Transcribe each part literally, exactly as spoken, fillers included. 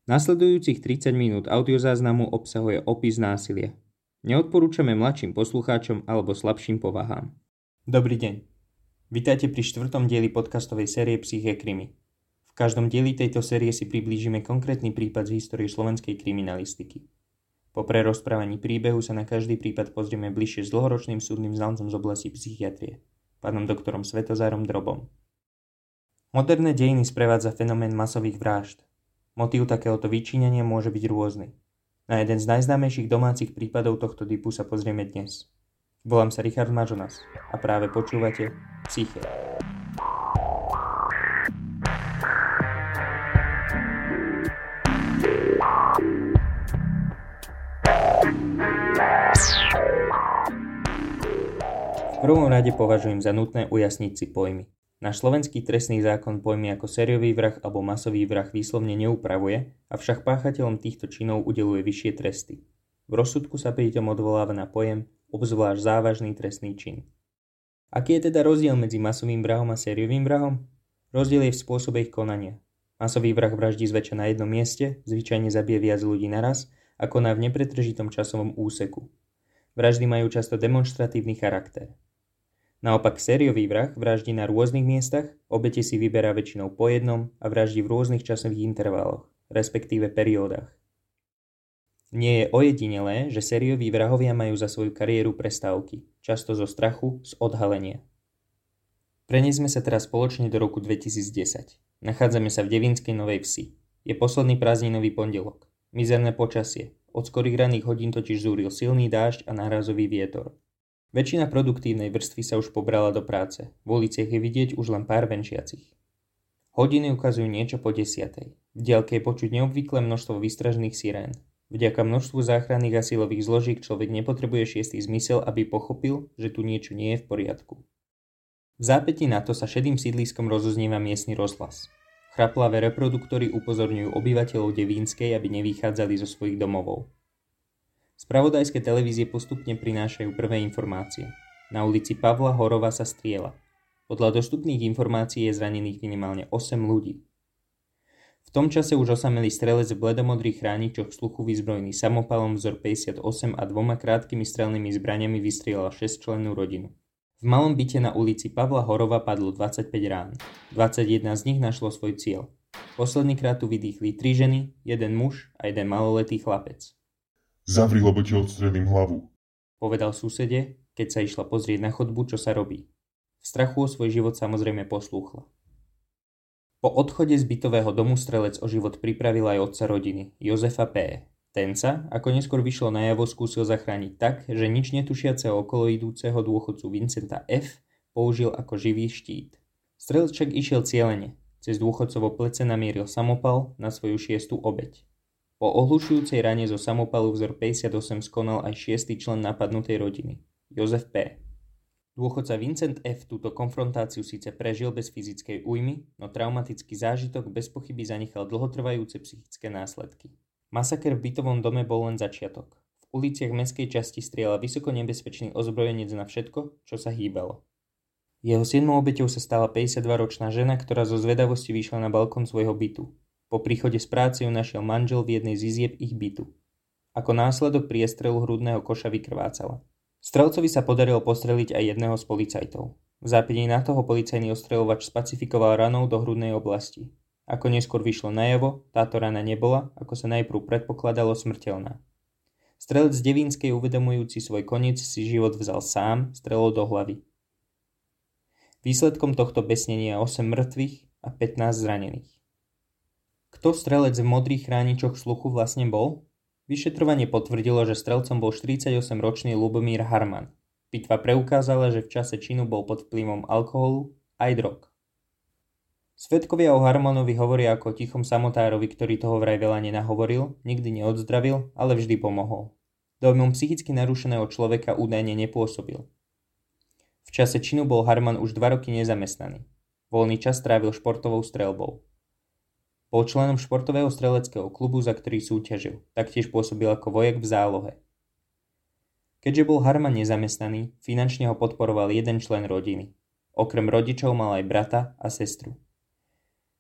Nasledujúcich tridsať minút audiozáznamu obsahuje opis násilia. Neodporúčame mladším poslucháčom alebo slabším povahám. Dobrý deň. Vítajte pri štvrtom dieli podcastovej série Psyché krimi. V každom dieli tejto série si priblížime konkrétny prípad z histórie slovenskej kriminalistiky. Po prerozprávaní príbehu sa na každý prípad pozrieme bližšie s dlhoročným súdnym znalcom z oblasti psychiatrie, pánom doktorom Svetozárom Drobom. Moderné dejiny sprevádza fenomén masových vrážd. Motív takéhoto vyčínenia môže byť rôzny. Na jeden z najznámejších domácich prípadov tohto typu sa pozrieme dnes. Volám sa Richard Mažonas a práve počúvate Psyché. V prvom rade považujem za nutné ujasniť si pojmy. Náš slovenský trestný zákon pojmy ako sériový vrah alebo masový vrah výslovne neupravuje, avšak páchateľom týchto činov udeľuje vyššie tresty. V rozsudku sa pritom odvoláva na pojem obzvlášť závažný trestný čin. Aký je teda rozdiel medzi masovým vrahom a sériovým vrahom? Rozdiel je v spôsobe ich konania. Masový vrah vraždí zväčša na jednom mieste, zvyčajne zabije viac ľudí naraz a koná v nepretržitom časovom úseku. Vraždy majú často demonštratívny charakter. Naopak sériový vrah vraždí na rôznych miestach, obete si vyberá väčšinou po jednom a vraždí v rôznych časových intervaloch, respektíve periódach. Nie je ojedinelé, že sérioví vrahovia majú za svoju kariéru prestávky, často zo strachu z odhalenia. Preniesme sa teraz spoločne do roku dvetisícdesať. Nachádzame sa v Devínskej Novej Vsi. Je posledný prázdninový pondelok. Mizerné počasie. Od skorých ranných hodín totiž zúril silný dážď a nárazový vietor. Väčšina produktívnej vrstvy sa už pobrala do práce. V uliciach je vidieť už len pár venčiacich. Hodiny ukazujú niečo po desiatej. V diaľke je počuť neobvyklé množstvo výstražných sirén. Vďaka množstvu záchranných a silových zložiek človek nepotrebuje šiestý zmysel, aby pochopil, že tu niečo nie je v poriadku. V zápätí na to sa šedým sídliskom rozoznieva miestny rozhlas. Chraplavé reproduktory upozorňujú obyvateľov Devínskej, aby nevychádzali zo svojich domovov. Spravodajské televízie postupne prinášajú prvé informácie. Na ulici Pavla Horova sa strieľa. Podľa dostupných informácií je zranených minimálne osem ľudí. V tom čase už osamelý strelec v bledomodrých chráničoch sluchu vyzbrojený samopalom vzor päťdesiatosem a dvoma krátkými strelnými zbraňami vystrieľal šesťčlennú rodinu. V malom byte na ulici Pavla Horova padlo dvadsaťpäť rán. dvadsaťjeden z nich našlo svoj cieľ. Posledný krát tu vydýchli tri ženy, jeden muž a jeden maloletý chlapec. Zavri, lebo ti odstrelím hlavu, povedal susede, keď sa išla pozrieť na chodbu, čo sa robí. V strachu o svoj život samozrejme poslúchla. Po odchode z bytového domu strelec o život pripravil aj otca rodiny, Jozefa P. Ten sa, ako neskôr vyšlo najavo, skúsil zachrániť tak, že nič netušiaceho okolo idúceho dôchodcu Vincenta F. použil ako živý štít. Strelec však išiel cielene. Cez dôchodcovo plece namieril samopal na svoju šiestu obeť. Po ohlušujúcej rane zo samopalu vzor päťdesiatosem skonal aj šiesty člen napadnutej rodiny, Jozef P. Dôchodca Vincent F. túto konfrontáciu síce prežil bez fyzickej újmy, no traumatický zážitok bez pochyby zanechal dlhotrvajúce psychické následky. Masaker v bytovom dome bol len začiatok. V uliciach mestskej časti strieľa vysoko nebezpečný ozbrojenec na všetko, čo sa hýbalo. Jeho siedmou obeťou sa stala päťdesiatdvaročná žena, ktorá zo zvedavosti vyšla na balkón svojho bytu. Po príchode z práce ju našiel manžel v jednej z izieb ich bytu. Ako následok priestrelu hrudného koša vykrvácala. Strelcovi sa podarilo postreliť aj jedného z policajtov. V zápätí na toho policajný ostreľovač spacifikoval ranou do hrudnej oblasti. Ako neskôr vyšlo najavo, táto rana nebola, ako sa najprv predpokladalo, smrteľná. Strelec z Devínskej, uvedomujúci svoj koniec, si život vzal sám strelou do hlavy. Výsledkom tohto besnenia je osem mŕtvych a pätnásť zranených. Kto strelec v modrých chráničoch sluchu vlastne bol? Vyšetrovanie potvrdilo, že strelcom bol štyridsaťosemročný Ľubomír Harman. Pitva preukázala, že v čase činu bol pod vplyvom alkoholu aj drog. Svedkovia o Harmanovi hovoria ako o tichom samotárovi, ktorý toho vraj veľa nenahovoril, nikdy neodzdravil, ale vždy pomohol. Dojmom psychicky narušeného človeka údajne nepôsobil. V čase činu bol Harman už dva roky nezamestnaný. Voľný čas trávil športovou streľbou. Bol členom športového streleckého klubu, za ktorý súťažil. Taktiež pôsobil ako vojak v zálohe. Keďže bol Harman nezamestnaný, finančne ho podporoval jeden člen rodiny. Okrem rodičov mal aj brata a sestru.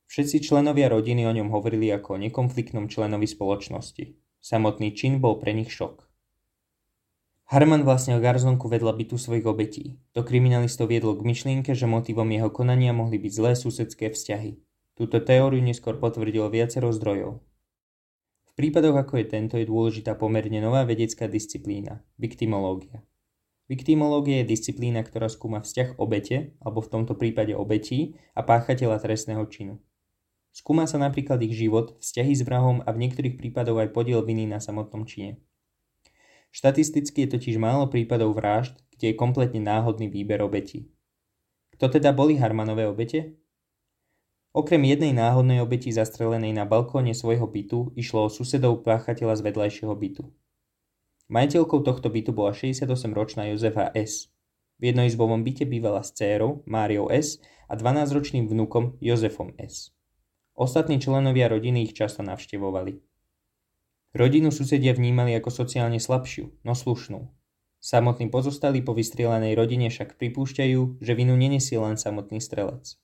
Všetci členovia rodiny o ňom hovorili ako o nekonfliktnom členovi spoločnosti. Samotný čin bol pre nich šok. Harman vlastnil garzonku vedľa bytu svojich obetí. To kriminalistov viedlo k myšlienke, že motivom jeho konania mohli byť zlé susedské vzťahy. Túto teóriu neskôr potvrdilo viacero zdrojov. V prípadoch ako je tento je dôležitá pomerne nová vedecká disciplína – viktimológia. Viktimológia je disciplína, ktorá skúma vzťah obete, alebo v tomto prípade obetí, a páchateľa trestného činu. Skúma sa napríklad ich život, vzťahy s vrahom a v niektorých prípadoch aj podiel viny na samotnom čine. Štatisticky je totiž málo prípadov vražd, kde je kompletne náhodný výber obetí. Kto teda boli Harmanové obete? Okrem jednej náhodnej obeti zastrelenej na balkóne svojho bytu išlo o susedov páchateľa z vedľajšieho bytu. Majiteľkou tohto bytu bola šesťdesiatosemročná Jozefa S. V jednoizbovom byte bývala s dcérou Máriou S. a dvanásťročným vnukom Jozefom S. Ostatní členovia rodiny ich často navštevovali. Rodinu susedia vnímali ako sociálne slabšiu, no slušnú. Samotní pozostalí po vystrieľanej rodine však pripúšťajú, že vinu nenesie len samotný strelec.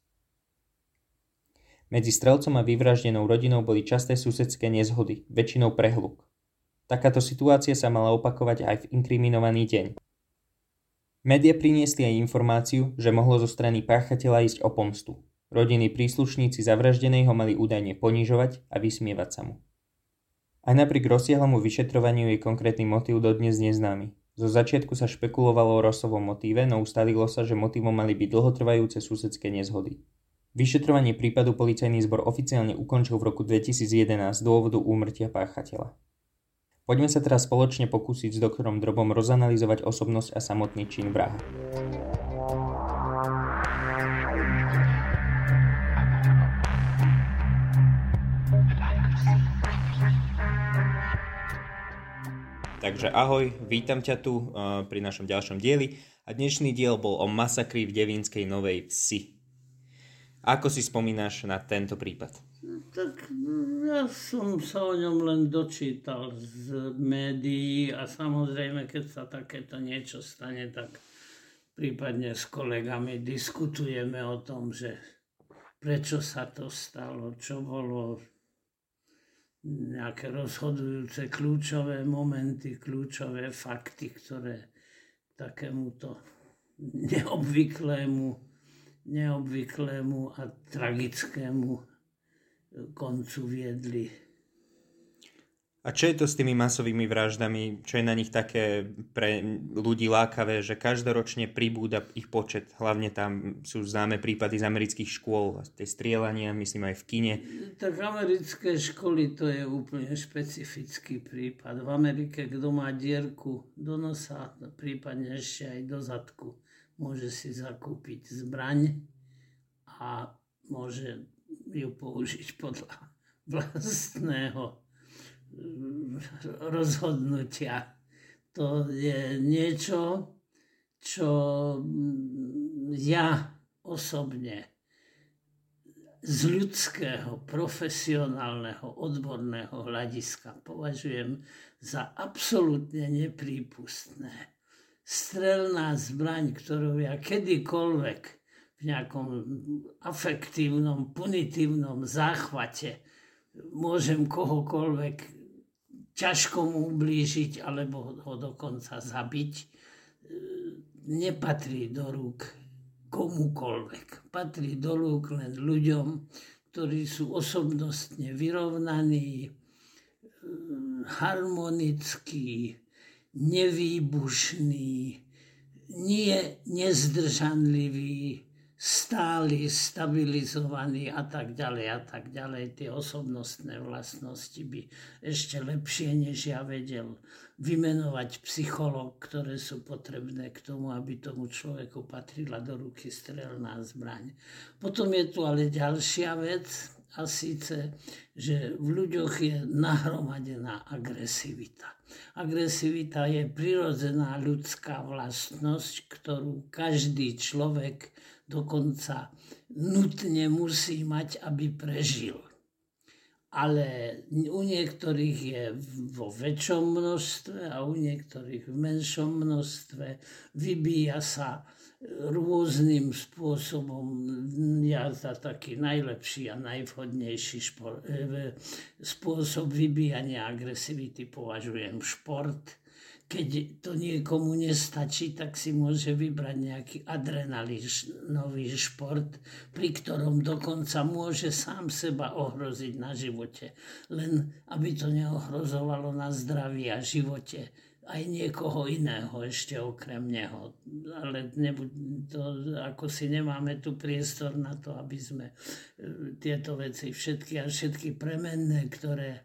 Medzi strelcom a vyvraždenou rodinou boli časté susedské nezhody, väčšinou prehluk. Takáto situácia sa mala opakovať aj v inkriminovaný deň. Média priniesli aj informáciu, že mohlo zo strany páchateľa ísť o pomstu. Rodinní príslušníci zavraždeného mali údajne ponižovať a vysmievať sa mu. Aj napriek rozsiahlomu vyšetrovaniu je konkrétny motív dodnes neznámy. Zo začiatku sa špekulovalo o Rossovom motíve, no ustalilo sa, že motívom mali byť dlhotrvajúce susedské nezhody. Vyšetrovanie prípadu policajný zbor oficiálne ukončil v roku dvetisícjedenásť z dôvodu úmrtia páchateľa. Poďme sa teraz spoločne pokúsiť s doktorom Drobom rozanalizovať osobnosť a samotný čin vraha. Takže ahoj, vítam ťa tu uh, pri našom ďalšom dieli a dnešný diel bol o masakri v Devínskej Novej Vsi. Ako si spomínaš na tento prípad? Tak ja som sa o ňom len dočítal z médií a samozrejme, keď sa takéto niečo stane, tak prípadne s kolegami diskutujeme o tom, že prečo sa to stalo, čo bolo, nejaké rozhodujúce kľúčové momenty, kľúčové fakty, ktoré takémuto neobvyklému, neobvyklému a tragickému koncu viedli. A čo je to s tými masovými vraždami? Čo je na nich také pre ľudí lákavé, že každoročne pribúda ich počet? Hlavne tam sú známe prípady z amerických škôl, tie strieľania, myslím aj v kine. Tak americké školy to je úplne špecifický prípad. V Amerike, kto má dierku do nosa, prípadne ešte aj do zadku, môže si zakúpiť zbraň a môže ju použiť podľa vlastného rozhodnutia. To je niečo, čo ja osobne z ľudského, profesionálneho, odborného hľadiska považujem za absolútne neprípustné. Strelná zbraň, ktorú ja kedykoľvek v nejakom afektívnom, punitívnom záchvate môžem kohokoľvek ťažko mu ublížiť alebo ho dokonca zabiť, nepatrí do rúk komukoľvek. Patrí do rúk len ľuďom, ktorí sú osobnostne vyrovnaní, harmonickí, nevýbušní, nie nezdržanliví, stáli, stabilizovaní a tak ďalej a tak ďalej. Tie osobnostné vlastnosti by ešte lepšie, než ja vedel vymenovať psychológ, ktoré sú potrebné k tomu, aby tomu človeku patrila do ruky strelná zbraň. Potom je tu ale ďalšia vec, a síce, že v ľuďoch je nahromadená agresivita. Agresivita je prirodzená ľudská vlastnosť, ktorú každý človek dokonca nutne musí mať, aby prežil. Ale u niektorých je vo väčšom množstve a u niektorých v menšom množstve. Vybíja sa rôznym spôsobom. Ja za taký najlepší a najvhodnejší šport, spôsob vybíjania agresivity považujem šport. Keď to niekomu nestačí, tak si môže vybrať nejaký adrenalinový šport, pri ktorom dokonca môže sám seba ohroziť na živote. Len aby to neohrozovalo na zdraví a živote aj niekoho iného ešte okrem neho. Ale nebuď, to, ako si nemáme tu priestor na to, aby sme tieto veci všetky a všetky premenné, ktoré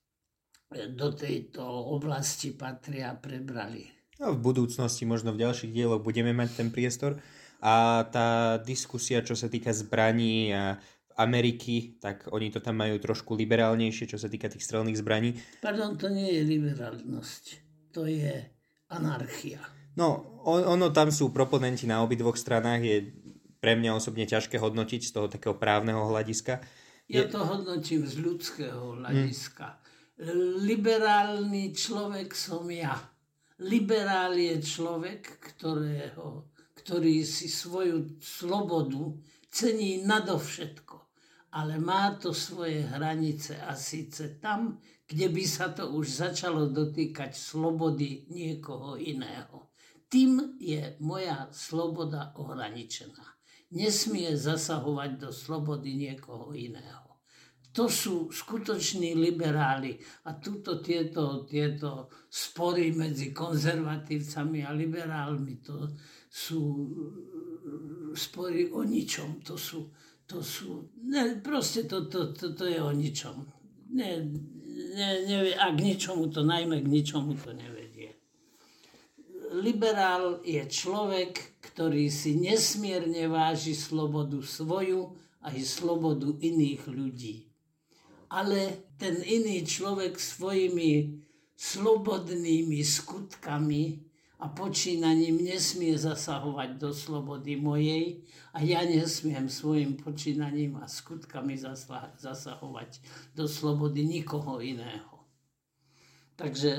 do tejto oblasti patria, prebrali. No, v budúcnosti, možno v ďalších dieloch budeme mať ten priestor. A tá diskusia, čo sa týka zbraní a Ameriky, tak oni to tam majú trošku liberálnejšie, čo sa týka tých strelných zbraní. Pardon, to nie je liberálnosť. To je anarchia. No, on, ono tam sú proponenti na obidvoch stranách, je pre mňa osobne ťažké hodnotiť z toho takého právneho hľadiska. Ja to hodnotím z ľudského hľadiska. Hmm. Liberálny človek som ja. Liberál je človek, ktorého, ktorý si svoju slobodu cení nadovšetko. Ale má to svoje hranice a síce tam, kde by sa to už začalo dotýkať slobody niekoho iného. Tým je moja sloboda ohraničená. Nesmie zasahovať do slobody niekoho iného. To sú skutoční liberáli a tuto tieto, tieto spory medzi konzervatívcami a liberálmi, to sú spory o ničom, to sú To sú, ne, proste to, to, to, to je o ničom. Ne, ne, ne, a k ničomu to, najmä k ničomu to nevedie. Liberál je človek, ktorý si nesmierne váži slobodu svoju aj slobodu iných ľudí. Ale ten iný človek svojimi slobodnými skutkami a počínaním nesmie zasahovať do slobody mojej a ja nesmiem svojim počínaním a skutkami zasahovať do slobody nikoho iného. Takže,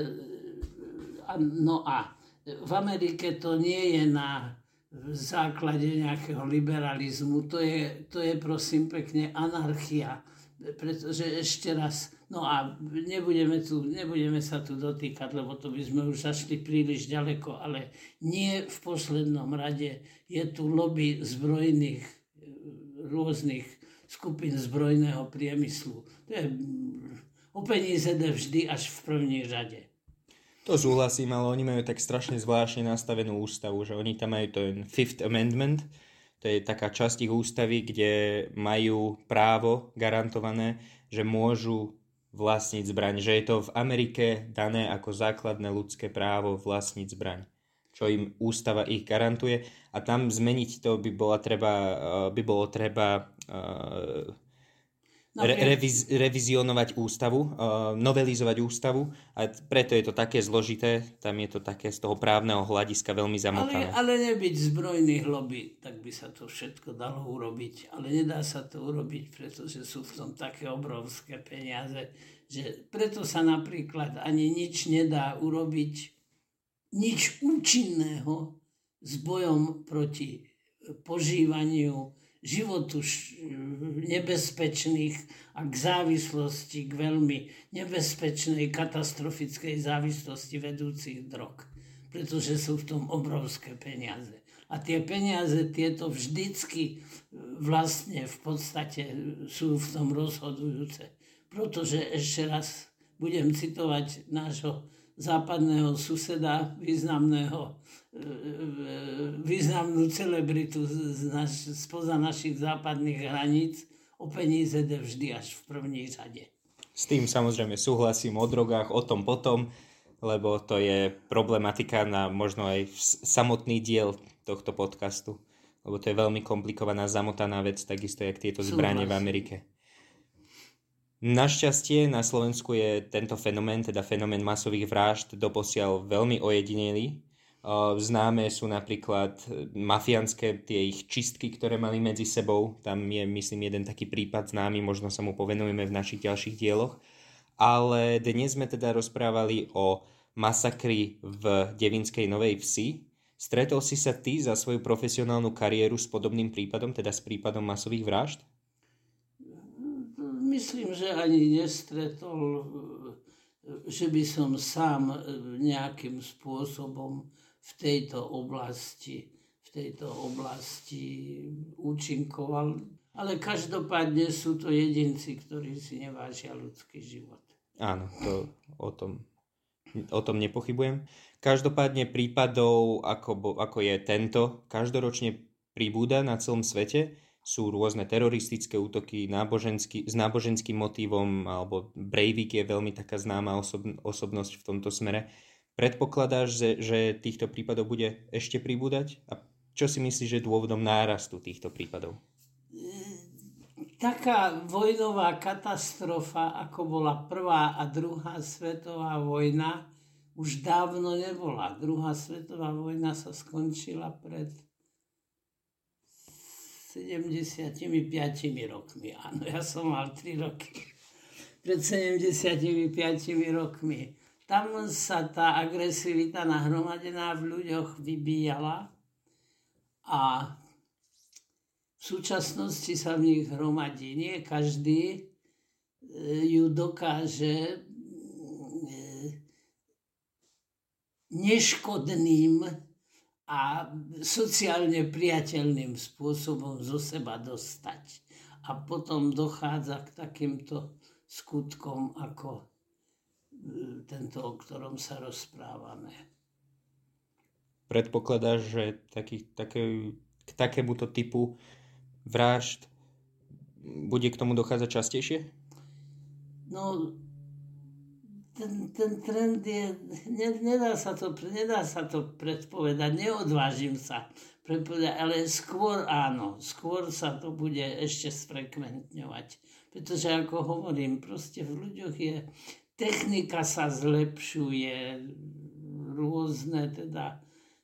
no a v Amerike to nie je na základe nejakého liberalizmu, to je, to je prosím pekne anarchia, pretože ešte raz, no a nebudeme, tu, nebudeme sa tu dotýkať, lebo to by sme už zašli príliš ďaleko, ale nie v poslednom rade je tu lobby zbrojných, rôznych skupín zbrojného priemyslu. To je, o peníze ide vždy až v první rade. To súhlasím, ale oni majú tak strašne zvláštne nastavenú ústavu, že oni tam majú ten Fifth Amendment. To je taká časť ich ústavy, kde majú právo garantované, že môžu vlastniť zbraň. Že je to v Amerike dané ako základné ľudské právo vlastniť zbraň. Čo im ústava ich garantuje. A tam zmeniť to by, bola treba, by bolo treba uh, re, reviz, revizionovať ústavu, uh, novelizovať ústavu. A preto je to také zložité, tam je to také z toho právneho hľadiska veľmi zamotané. Ale, ale nebyť zbrojných lobby, tak by sa to všetko dalo urobiť. Ale nedá sa to urobiť, pretože sú v tom také obrovské peniaze, že preto sa napríklad ani nič nedá urobiť, nič účinného s bojom proti požívaniu životu nebezpečných a k závislosti, k veľmi nebezpečnej, katastrofickej závislosti vedúcich drog. Pretože sú v tom obrovské peniaze. A tie peniaze tieto vždycky vlastne v podstate sú v tom rozhodujúce. Pretože ešte raz budem citovať nášho západného suseda, významného, významnú celebritu z naš, spoza našich západných hraníc, o peníze ide vždy až v první řade. S tým samozrejme súhlasím, o drogách, o tom potom, lebo to je problematika na možno aj samotný diel tohto podcastu, lebo to je veľmi komplikovaná, zamotaná vec, takisto jak tieto zbranie v Amerike. Našťastie na Slovensku je tento fenomén, teda fenomén masových vražd, doposiaľ veľmi ojedinelý. Známe sú napríklad mafiánske tie ich čistky, ktoré mali medzi sebou. Tam je, myslím, jeden taký prípad známy, možno sa mu povenujeme v našich ďalších dieloch. Ale dnes sme teda rozprávali o masakri v Devinskej Novej Vsi. Stretol si sa ty za svoju profesionálnu kariéru s podobným prípadom, teda s prípadom masových vražd? Myslím, že ani nestretol, že by som sám nejakým spôsobom v tejto oblasti, v tejto oblasti účinkoval. Ale každopádne sú to jedinci, ktorí si nevážia ľudský život. Áno, to o tom, o tom nepochybujem. Každopádne prípadov, ako, ako je tento, každoročne pribúda na celom svete. Sú rôzne teroristické útoky náboženský, s náboženským motívom, alebo Breivik je veľmi taká známa osob, osobnosť v tomto smere. Predpokladáš, že, že týchto prípadov bude ešte pribúdať? A čo si myslíš, že je dôvodom nárastu týchto prípadov? Taká vojnová katastrofa, ako bola prvá a druhá svetová vojna, už dávno nebola. Druhá svetová vojna sa skončila pred sedemdesiatpäť rokmi. Áno, ja som mal tri roky. Pred sedemdesiatpäť rokmi. Tam sa tá agresivita nahromadená v ľuďoch vybíjala a v súčasnosti sa v nich hromadí. Nie každý ju dokáže neškodným a sociálne priateľným spôsobom zo seba dostať. A potom dochádza k takýmto skutkom, ako tento, o ktorom sa rozprávame. Predpokladáš, že taký, také, k takémuto typu vražd bude k tomu dochádzať častejšie? No, ten, ten trend je, ne, nedá, sa to, nedá sa to predpovedať, neodvážim sa predpovedať, ale skôr áno, skôr sa to bude ešte sfrekventňovať. Pretože ako hovorím, proste v ľuďoch je, technika sa zlepšuje, rôzne teda,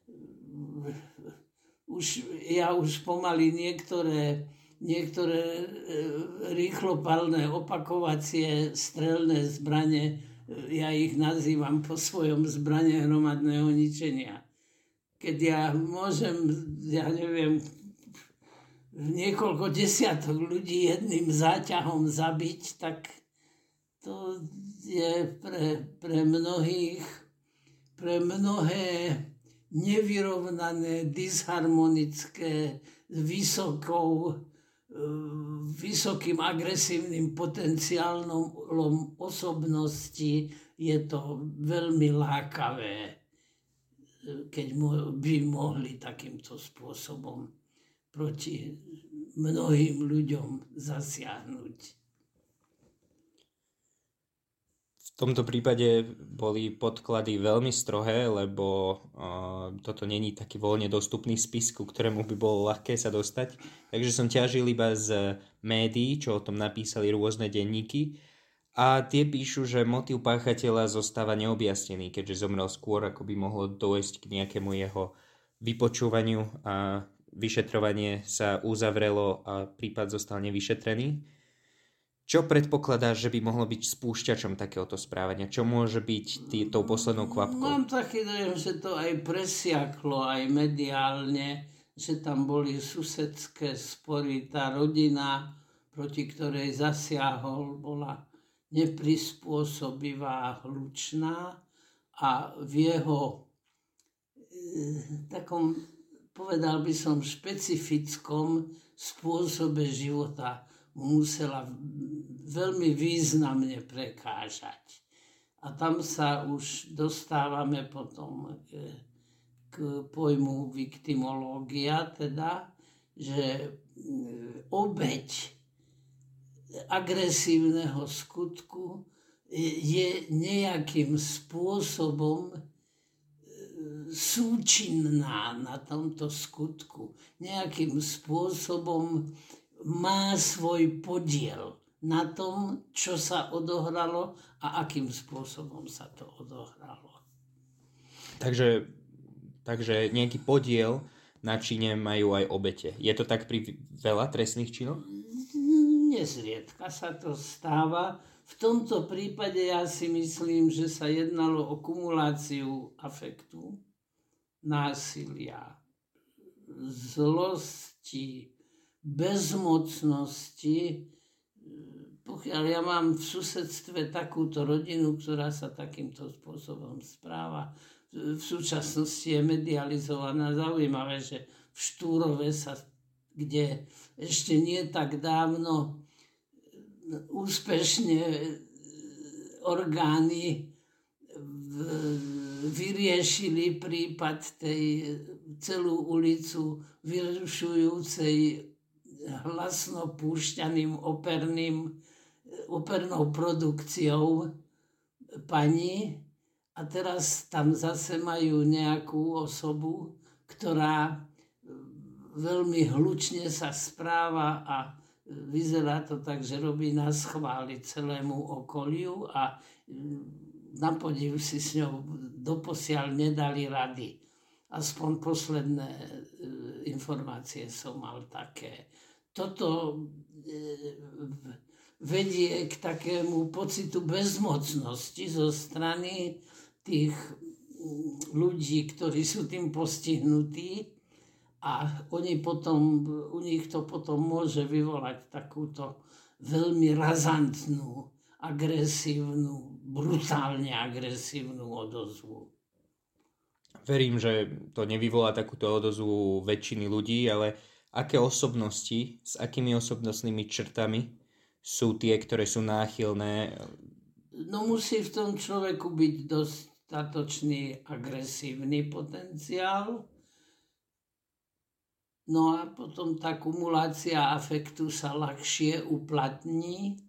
už, ja už pomaly niektoré, niektoré rýchlopalné opakovacie strelné zbrane, ja ich nazývam po svojom zbrane hromadného ničenia. Keď ja môžem, ja neviem, niekoľko desiatok ľudí jedným záťahom zabiť, tak to je pre, pre mnohých, pre mnohé nevyrovnané, disharmonické, vysokou, vysokým agresívnym potenciálom osobnosti je to veľmi lákavé, keď by mohli takýmto spôsobom proti mnohým ľuďom zasiahnuť. V tomto prípade boli podklady veľmi strohé, lebo uh, toto není taký voľne dostupný spis, ku ktorému by bolo ľahké sa dostať. Takže som ťažil iba z médií, čo o tom napísali rôzne denníky. A tie píšu, že motív páchateľa zostáva neobjasnený, keďže zomrel skôr, ako by mohlo dôjsť k nejakému jeho vypočúvaniu a vyšetrovanie sa uzavrelo a prípad zostal nevyšetrený. Čo predpokladáš, že by mohlo byť spúšťačom takéhoto správania? Čo môže byť tý, tou poslednou kvapkou? Mám taký dojem, že to aj presiaklo, aj mediálne, že tam boli susedské spory. Tá rodina, proti ktorej zasiahol, bola neprispôsobivá, hlučná a v jeho e, takom, povedal by som, špecifickom spôsobe života musela veľmi významne prekážať. A tam sa už dostávame potom k pojmu viktimológia, teda, že obeť agresívneho skutku je nejakým spôsobom súčinná na tomto skutku. Nejakým spôsobom má svoj podiel na tom, čo sa odohralo a akým spôsobom sa to odohralo. Takže, takže nejaký podiel na čine majú aj obete. Je to tak pri veľa trestných činoch? Nezriedka sa to stáva. V tomto prípade ja si myslím, že sa jednalo o kumuláciu afektu násilia, zlosti, bezmocnosti. Pokiaľ ja mám v susedstve takúto rodinu, ktorá sa takýmto spôsobom správa, v súčasnosti je medializovaná. Zaujímavé, že v Štúrove sa, kde ešte nie tak dávno úspešne orgány vyriešili prípad tej celú ulicu vyrušujúcej hlasno púšťaným operným, opernou produkciou pani. A teraz tam zase majú nejakú osobu, ktorá veľmi hlučne sa správa a vyzerá to tak, že robí na schvály celému okoliu a na podiv si s ňou doposiaľ nedali rady. Aspoň posledné informácie som mal také. Toto vedie k takému pocitu bezmocnosti zo strany tých ľudí, ktorí sú tým postihnutí, a oni potom, u nich to potom môže vyvolať takúto veľmi razantnú, agresívnu, brutálne agresívnu odozvu. Verím, že to nevyvolá takúto odozvu väčšiny ľudí, ale aké osobnosti, s akými osobnostnými črtami sú tie, ktoré sú náchylné? No musí v tom človeku byť dostatočný agresívny potenciál. No a potom tá kumulácia afektu sa ľahšie uplatní.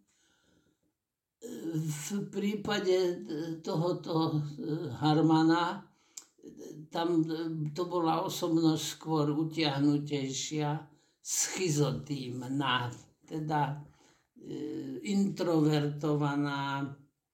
V prípade tohoto Harmana tam to bola osobnosť skôr utiahnutejšia, schizotímna, teda introvertovaná,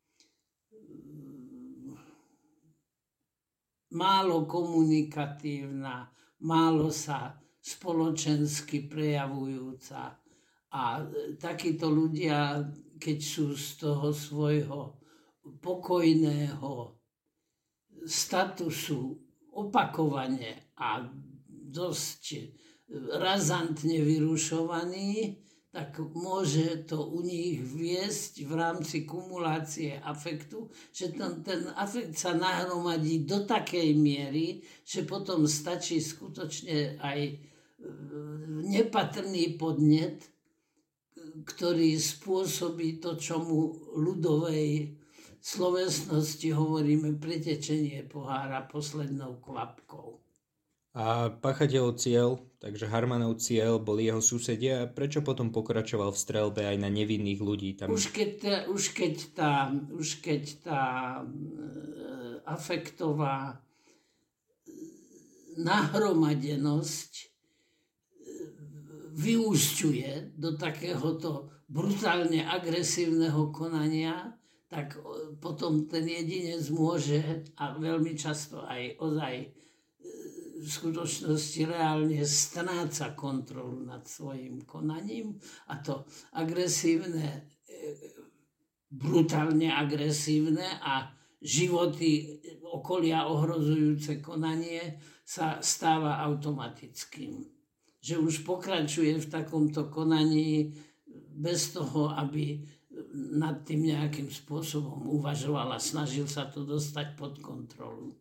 málo komunikatívna, málo sa spoločensky prejavujúca. A takíto ľudia, keď sú z toho svojho pokojného statusu opakovane a dosť razantne vyrušovaní, tak môže to u nich viesť v rámci kumulácie afektu, že ten, ten afekt sa nahromadí do takej miery, že potom stačí skutočne aj nepatrný podnet, ktorý spôsobí to, čo mu ľudovej slovesnosti hovoríme pretečenie pohára poslednou kvapkou. A páchateľov cieľ, takže Harmanov cieľ boli jeho susedia. Prečo potom pokračoval v streľbe aj na nevinných ľudí? Tam... Už, keď tá, už, keď tá, už keď tá afektová nahromadenosť vyúsťuje do takéhoto brutálne agresívneho konania, tak potom ten jedinec môže, a veľmi často aj ozaj v skutočnosti reálne stráca kontrolu nad svojim konaním, a to agresívne, brutálne agresívne a životy okolia ohrozujúce konanie sa stáva automatickým. Že už pokračuje v takomto konaní bez toho, aby nad tým nejakým spôsobom uvažoval a snažil sa to dostať pod kontrolu.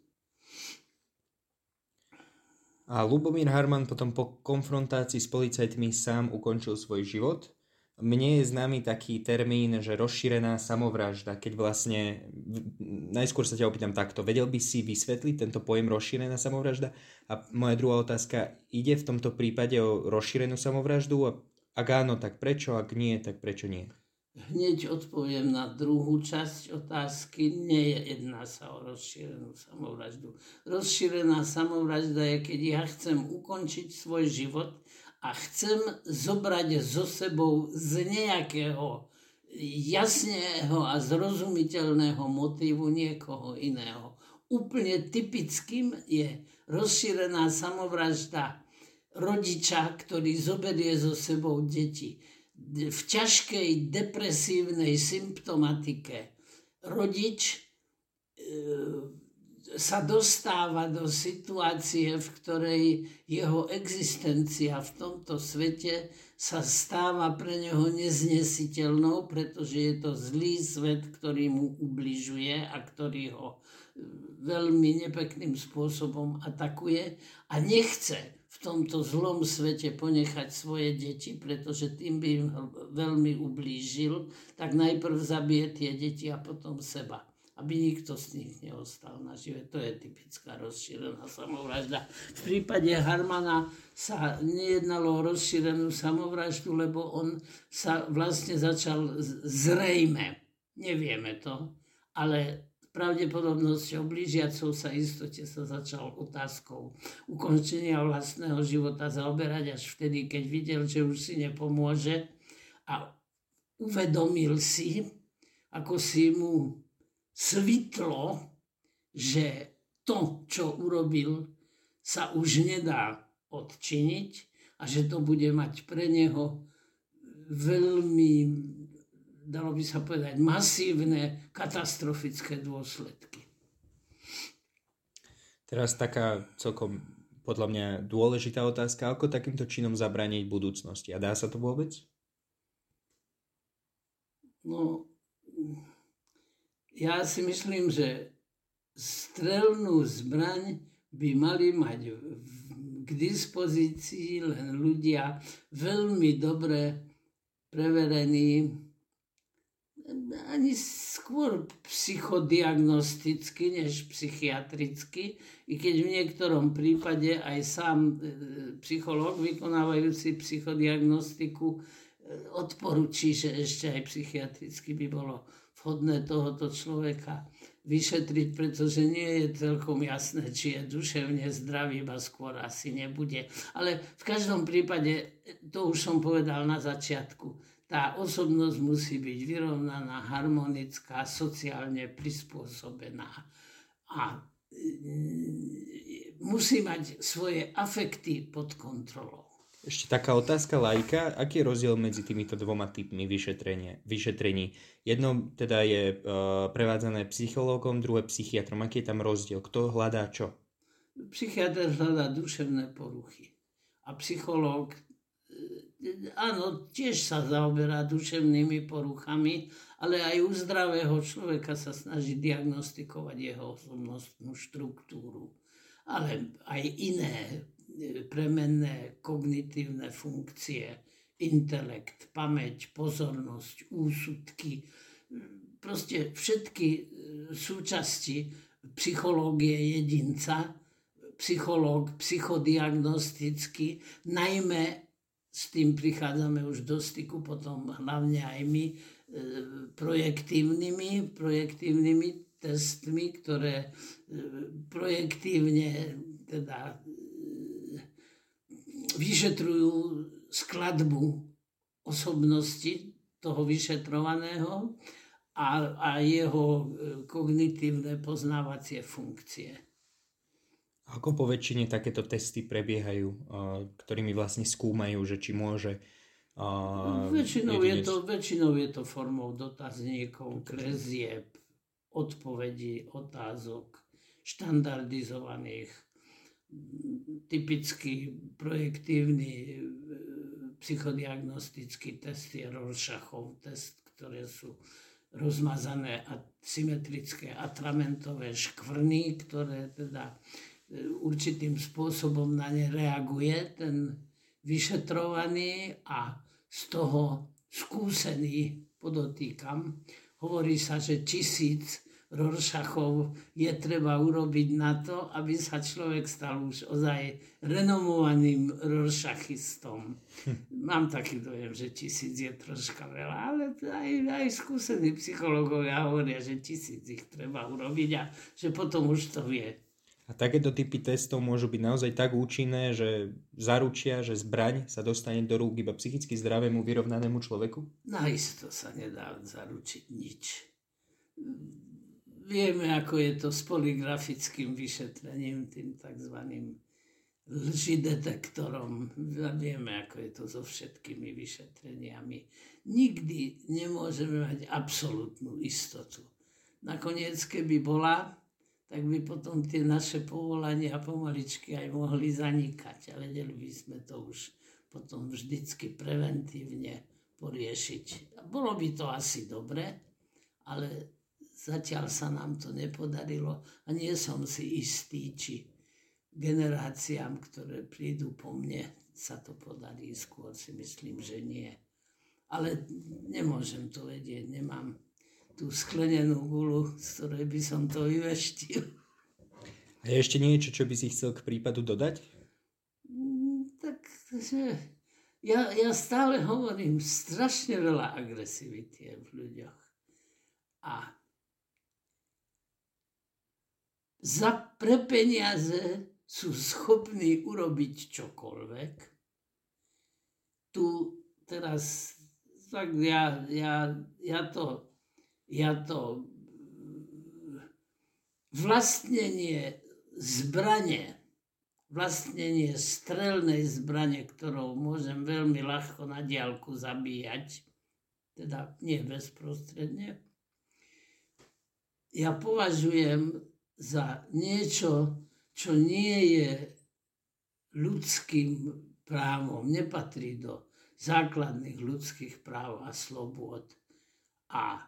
A Ľubomír Harman potom po konfrontácii s policajtmi sám ukončil svoj život. Mne je známy taký termín, že rozšírená samovražda, keď vlastne, najskôr sa ťa opýtam takto, vedel by si vysvetliť tento pojem rozšírená samovražda? A moja druhá otázka, ide v tomto prípade o rozšírenú samovraždu? A ak áno, tak prečo? Ak nie, tak prečo nie? Hneď odpoviem na druhú časť otázky. Nie jedná sa o rozšírenú samovraždu. Rozšírená samovražda je, keď ja chcem ukončiť svoj život a chcem zobrať so sebou z nejakého jasného a zrozumiteľného motívu niekoho iného. Úplne typickým je rozšírená samovražda rodiča, ktorý zoberie so sebou deti. V ťažkej depresívnej symptomatike rodič e, sa dostáva do situácie, v ktorej jeho existencia v tomto svete sa stáva pre neho neznesiteľnou, pretože je to zlý svet, ktorý mu ubližuje a ktorý ho veľmi nepekným spôsobom atakuje a nechce v tomto zlom svete ponechať svoje deti, pretože tým by im veľmi ublížil, tak najprv zabije tie deti a potom seba, aby nikto z nich neostal nažive. To je typická rozšírená samovražda. V prípade Harmana sa nejednalo o rozšírenú samovraždu, lebo on sa vlastne začal zrejme, nevieme to, ale pravdepodobnosťou blížiacou sa istote sa začal otázkou ukončenia vlastného života zaoberať až vtedy, keď videl, že už si nepomôže a uvedomil si, ako si mu svitlo, že to, čo urobil, sa už nedá odčiniť a že to bude mať pre neho veľmi, dalo by sa povedať, masívne, katastrofické dôsledky. Teraz taká celkom podľa mňa dôležitá otázka, ako takýmto činom zabrániť budúcnosti. A dá sa to vôbec? No, ja si myslím, že strelnú zbraň by mali mať k dispozícii len ľudia veľmi dobre preverení, ani skôr psychodiagnosticky než psychiatricky, i keď v niektorom prípade aj sám psychológ vykonávajúci psychodiagnostiku odporučí, že ešte aj psychiatricky by bolo vhodné tohoto človeka vyšetriť, pretože nie je celkom jasné, či je duševne zdravý, a skôr asi nebude. Ale v každom prípade, to už som povedal na začiatku, tá osobnosť musí byť vyrovnaná, harmonická, sociálne prispôsobená a musí mať svoje afekty pod kontrolou. Ešte taká otázka laika, aký je rozdiel medzi týmito dvoma typmi vyšetrení? Jedno teda je uh, prevádzané psychológom, druhé psychiatrom. Aký je tam rozdiel? Kto hľadá čo? Psychiatr hľadá duševné poruchy a psychológ áno, tiež sa zaoberá duševnými poruchami, ale aj u zdravého človeka sa snaží diagnostikovať jeho osobnostnú štruktúru. Ale aj iné premenné kognitívne funkcie, intelekt, pamäť, pozornosť, úsudky, proste všetky súčasti psychológie jedinca, psychológ psychodiagnosticky, najmä s tým prichádzame už do styku potom hlavne aj my e, projektívnymi, projektívnymi testmi, ktoré e, projektívne teda e, vyšetrujú skladbu osobnosti toho vyšetrovaného a, a jeho e, kognitívne poznávacie funkcie. Ako po väčšine takéto testy prebiehajú, ktorými vlastne skúmajú, že či môže... Uh, väčšinou, jedinec... je to, väčšinou je to formou dotazníkov, krezieb, odpovedí, otázok, štandardizovaných, typický projektívny psychodiagnostický test je Rorschachov test, ktoré sú rozmazané a symetrické atramentové škvrny, ktoré teda určitým spôsobom na ne reaguje ten vyšetrovaný a z toho skúsený, podotýkam. Hovorí sa, že tisíc Rorschachov je treba urobiť na to, aby sa človek stal už ozaj renomovaným Rorschachistom. Mám taký dojem, že tisíc je troška veľa, ale aj, aj skúsení psychológovia hovoria, že tisíc ich treba urobiť a že potom už to vie. A takéto typy testov môžu byť naozaj tak účinné, že zaručia, že zbraň sa dostane do rúk iba psychicky zdravému, vyrovnanému človeku? Naisto sa nedá zaručiť nič. Vieme, ako je to s polygrafickým vyšetrením, tým takzvaným lžidetektorom. Vieme, ako je to so všetkými vyšetreniami. Nikdy nemôžeme mať absolútnu istotu. Nakoniec, keby bola, tak by potom tie naše povolania pomaličky aj mohli zanikať. A vedeli by sme to už potom vždycky preventívne poriešiť. Bolo by to asi dobre, ale zatiaľ sa nám to nepodarilo a nie som si istý, či generáciám, ktoré prídu po mne, sa to podarí. Skôr si myslím, že nie. Ale nemôžem to vedieť, nemám tú sklenenú guľu, z ktorej by som to vyveštil. A je ešte niečo, čo by si chcel k prípadu dodať? Tak, že ja, ja stále hovorím, strašne veľa agresivity je v ľuďoch. A za pre peniaze sú schopní urobiť čokoľvek. Tu teraz, tak ja, ja, ja to Ja to vlastnenie zbrane, vlastnenie strelnej zbrane, ktorou môžem veľmi ľahko na diaľku zabíjať, teda nie bezprostredne, ja považujem za niečo, čo nie je ľudským právom, nepatrí do základných ľudských práv a slobôd. A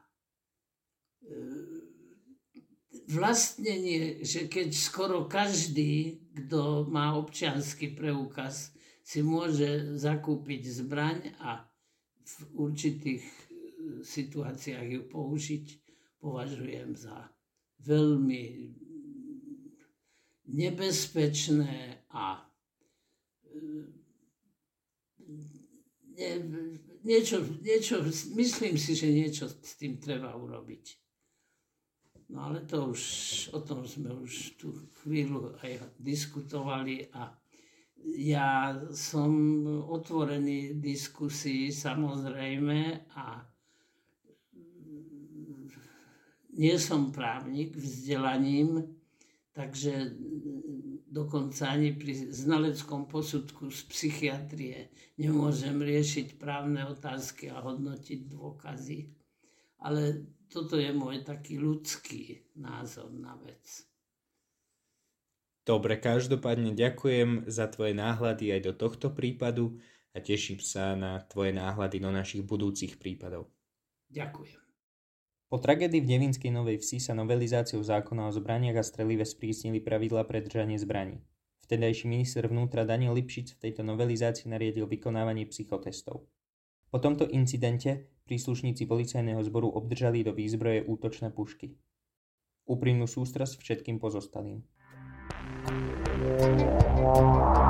vlastnenie, že keď skoro každý, kto má občiansky preukaz, si môže zakúpiť zbraň a v určitých situáciách ju použiť, považujem za veľmi nebezpečné a nie, niečo, niečo, myslím si, že niečo s tým treba urobiť. No ale to už, o tom sme už tú chvíľu aj diskutovali a ja som otvorený diskusii samozrejme a nie som právnik vzdelaním, takže dokonca ani pri znaleckom posudku z psychiatrie nemôžem riešiť právne otázky a hodnotiť dôkazy. Ale toto je môj taký ľudský názor na vec. Dobre, každopádne ďakujem za tvoje náhľady aj do tohto prípadu a teším sa na tvoje náhľady do našich budúcich prípadov. Ďakujem. Po tragédii v Devínskej Novej Vsi sa novelizáciou zákona o zbraniach a strelive sprísnili pravidlá pre držanie zbraní. Vtedajší minister vnútra Daniel Lipšic v tejto novelizácii nariadil vykonávanie psychotestov. Po tomto incidente príslušníci policajného zboru obdržali do výzbroje útočné pušky. Úprimnú sústrasť všetkým pozostalým.